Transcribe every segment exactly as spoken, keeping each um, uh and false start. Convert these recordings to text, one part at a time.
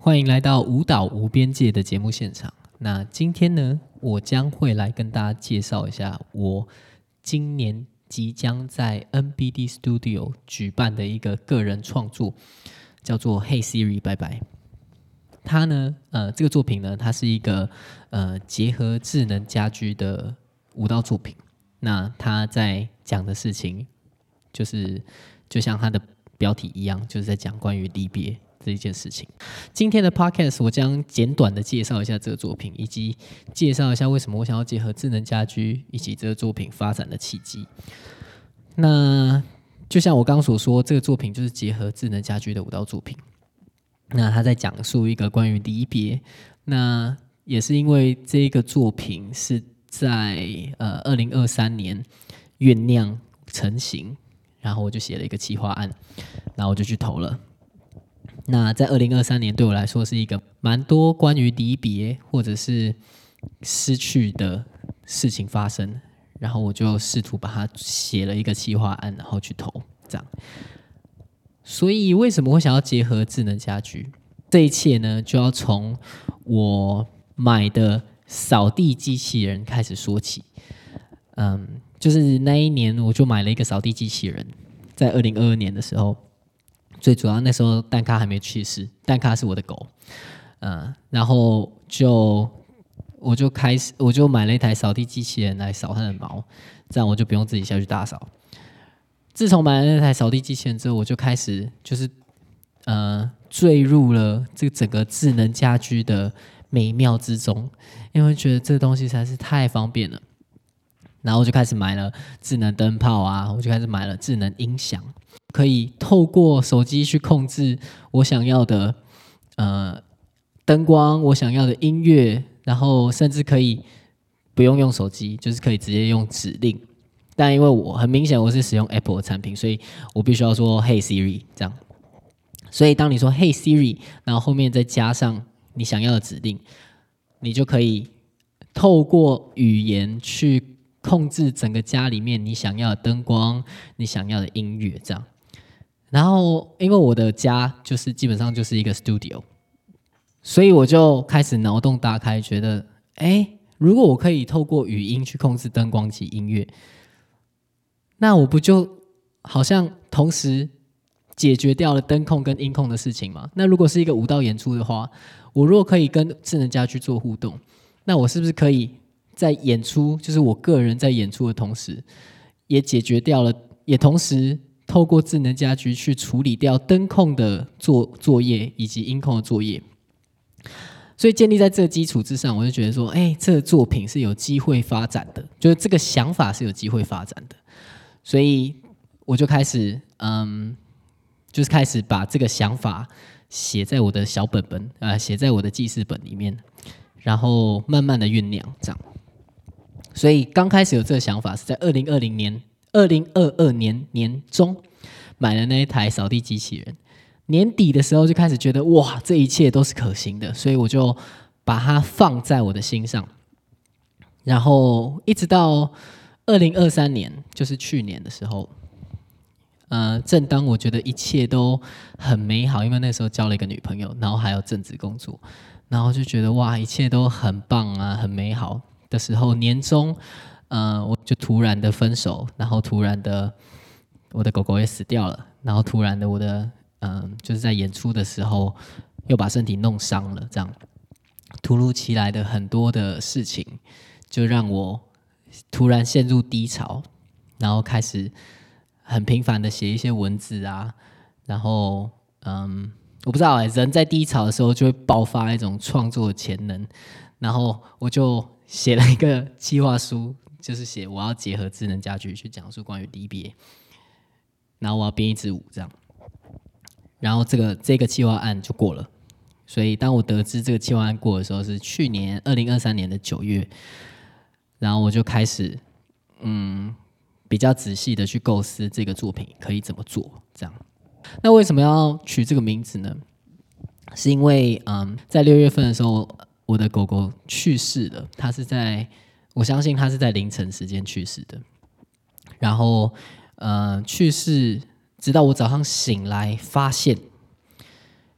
欢迎来到舞蹈无边界的节目现场。那今天呢，我将会来跟大家介绍一下我今年即将在 N B D Studio 举办的一个个人创作，叫做 Hey Siri 拜拜。它呢，呃，这个作品呢，它是一个呃结合智能家居的舞蹈作品。那它在讲的事情，就是就像它的标题一样，就是在讲关于离别这一件事情。今天的 podcast 我将简短的介绍一下这个作品，以及介绍一下为什么我想要结合智能家居以及这个作品发展的契机。那就像我刚刚所说，这个作品就是结合智能家居的舞蹈作品。那他在讲述一个关于离别，那也是因为这个作品是在呃二零二三年酝酿成型，然后我就写了一个企划案，然后我就去投了。那在二零二三年对我来说是一个蛮多关于离别或者是失去的事情发生，然后我就试图把它写了一个企划案，然后去投这样。所以为什么我想要结合智能家居？这一切呢，就要从我买的扫地机器人开始说起。嗯，就是那一年我就买了一个扫地机器人，在二零二二年的时候。最主要那时候蛋咖还没去世，蛋咖是我的狗，嗯，然后就我就开始我就买了一台扫地机器人来扫它的毛，这样我就不用自己下去打扫。自从买了那台扫地机器人之后，我就开始就是呃坠入了这个整个智能家居的美妙之中，因为觉得这个东西实在是太方便了。然后我就开始买了智能灯泡啊，我就开始买了智能音响，可以透过手机去控制我想要的呃灯光，我想要的音乐，然后甚至可以不用用手机，就是可以直接用指令。但因为我很明显我是使用 Apple 的产品，所以我必须要说 Hey Siri 这样。所以当你说 Hey Siri， 然后后面再加上你想要的指令，你就可以透过语言去控制整个家里面你想要的灯光，你想要的音乐这样。然后因为我的家就是基本上就是一个 studio， 所以我就开始脑洞大开，觉得哎，如果我可以透过语音去控制灯光及音乐，那我不就好像同时解决掉了灯控跟音控的事情吗？那如果是一个舞蹈演出的话，我如果可以跟智能家居做互动，那我是不是可以在演出，就是我个人在演出的同时，也解决掉了，也同时透过智能家居去处理掉灯控的作作业以及音控的作业。所以建立在这个基础之上，我就觉得说，哎，这个作品是有机会发展的，就是这个想法是有机会发展的。所以我就开始，嗯，就是开始把这个想法写在我的小本本，呃，写在我的记事本里面，然后慢慢的酝酿这样。所以刚开始有这个想法是在二零二零年、二零二二年年中买了那一台扫地机器人，年底的时候就开始觉得哇，这一切都是可行的，所以我就把它放在我的心上，然后一直到二零二三年，就是去年的时候，呃，正当我觉得一切都很美好，因为那时候交了一个女朋友，然后还有正职工作，然后就觉得哇，一切都很棒啊，很美好。的时候，年终，呃，我就突然的分手，然后突然的，我的狗狗也死掉了，然后突然的，我的，嗯、呃，就是在演出的时候又把身体弄伤了，这样，突如其来的很多的事情，就让我突然陷入低潮，然后开始很频繁的写一些文字啊，然后，嗯，我不知道哎、欸，人在低潮的时候就会爆发一种创作的潜能，然后我就写了一个企划书，就是写我要结合智能家居去讲述关于离别，然后我要编一支舞这样，然后这个这个企划案就过了。所以当我得知这个企划案过的时候，是去年二零二三年的九月，然后我就开始嗯比较仔细的去构思这个作品可以怎么做这样。那为什么要取这个名字呢？是因为嗯在六月份的时候。我的狗狗去世了，它是在，我相信它是在凌晨时间去世的。然后，呃，去世直到我早上醒来，发现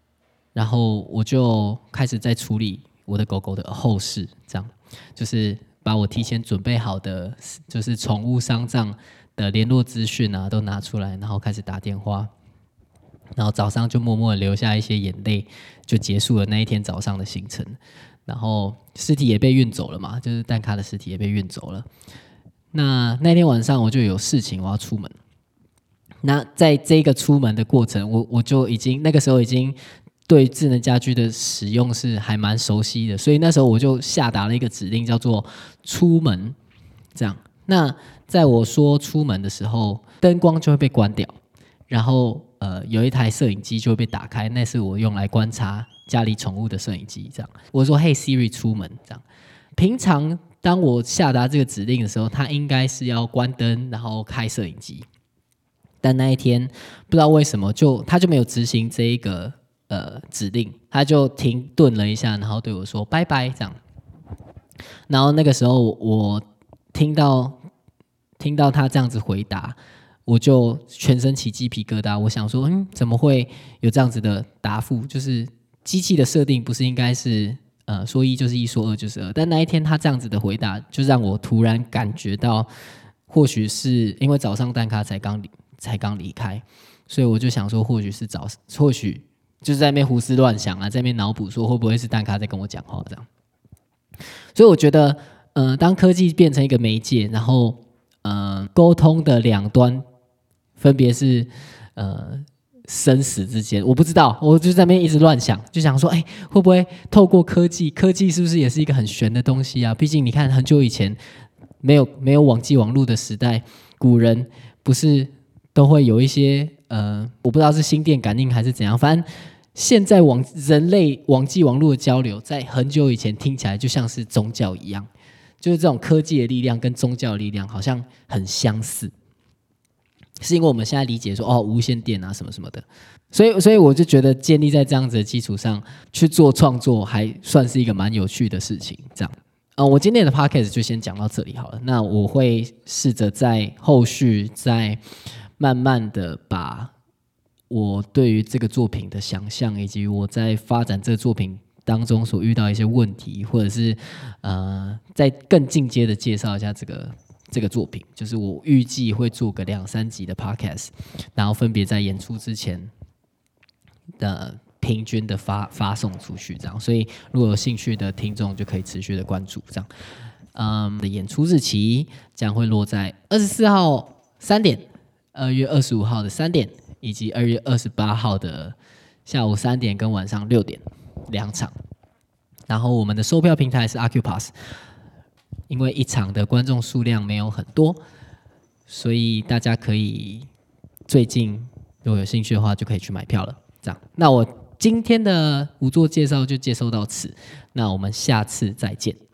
然后我就开始在处理我的狗狗的后事，这样就是把我提前准备好的，就是宠物丧葬的联络资讯啊，都拿出来，然后开始打电话，然后早上就默默的流下一些眼泪，就结束了那一天早上的行程。然后尸体也被运走了嘛，就是蛋咖的尸体也被运走了。那那天晚上我就有事情，我要出门。那在这个出门的过程，我我就已经那个时候已经对智能家居的使用是还蛮熟悉的，所以那时候我就下达了一个指令，叫做出门。这样，那在我说出门的时候，灯光就会被关掉，然后呃有一台摄影机就会被打开，那是我用来观察家里宠物的摄影机。这样，我说嘿 Siri 出门。这样，平常当我下达这个指令的时候，它应该是要关灯，然后开摄影机。但那一天不知道为什么就他就没有执行这一个呃指令，他就停顿了一下，然后对我说拜拜这样。然后那个时候我听到听到他这样子回答，我就全身起鸡皮疙瘩。我想说，嗯，怎么会有这样子的答复？就是机器的设定不是应该是呃说一就是一，说二就是二？但那一天他这样子的回答，就让我突然感觉到，或许是因为早上蛋咖才刚才刚离开，所以我就想说，或许是早，或许就是在那边胡思乱想啊，在那边脑补说会不会是蛋咖在跟我讲话这样。所以我觉得，呃，当科技变成一个媒介，然后呃，沟通的两端分别是呃生死之间，我不知道，我就在那边一直乱想，就想说，哎，会不会透过科技，科技是不是也是一个很玄的东西啊？毕竟你看，很久以前没有没有网际网络的时代，古人不是都会有一些呃，我不知道是心电感应还是怎样，反正现在网人类网际网络的交流，在很久以前听起来就像是宗教一样，就是这种科技的力量跟宗教的力量好像很相似，是因为我们现在理解说哦无线电啊什么什么的，所以所以我就觉得建立在这样子的基础上去做创作，还算是一个蛮有趣的事情。这样，呃，我今天的 podcast 就先讲到这里好了。那我会试着在后续再慢慢的把我对于这个作品的想象，以及我在发展这个作品当中所遇到一些问题，或者是呃，再更进阶的介绍一下这个这个作品。就是我预计会做个两三集的 podcast， 然后分别在演出之前的平均的发发送出去，这样。所以如果有兴趣的听众就可以持续的关注，这样。嗯，的演出日期将会落在二十四号三点，二月二十五号的三点。以及二月二十八号的下午三点跟晚上六点两场，然后我们的售票平台是 Acupass， 因为一场的观众数量没有很多，所以大家可以最近如果有兴趣的话就可以去买票了。这样，那我今天的舞作介绍就介绍到此，那我们下次再见。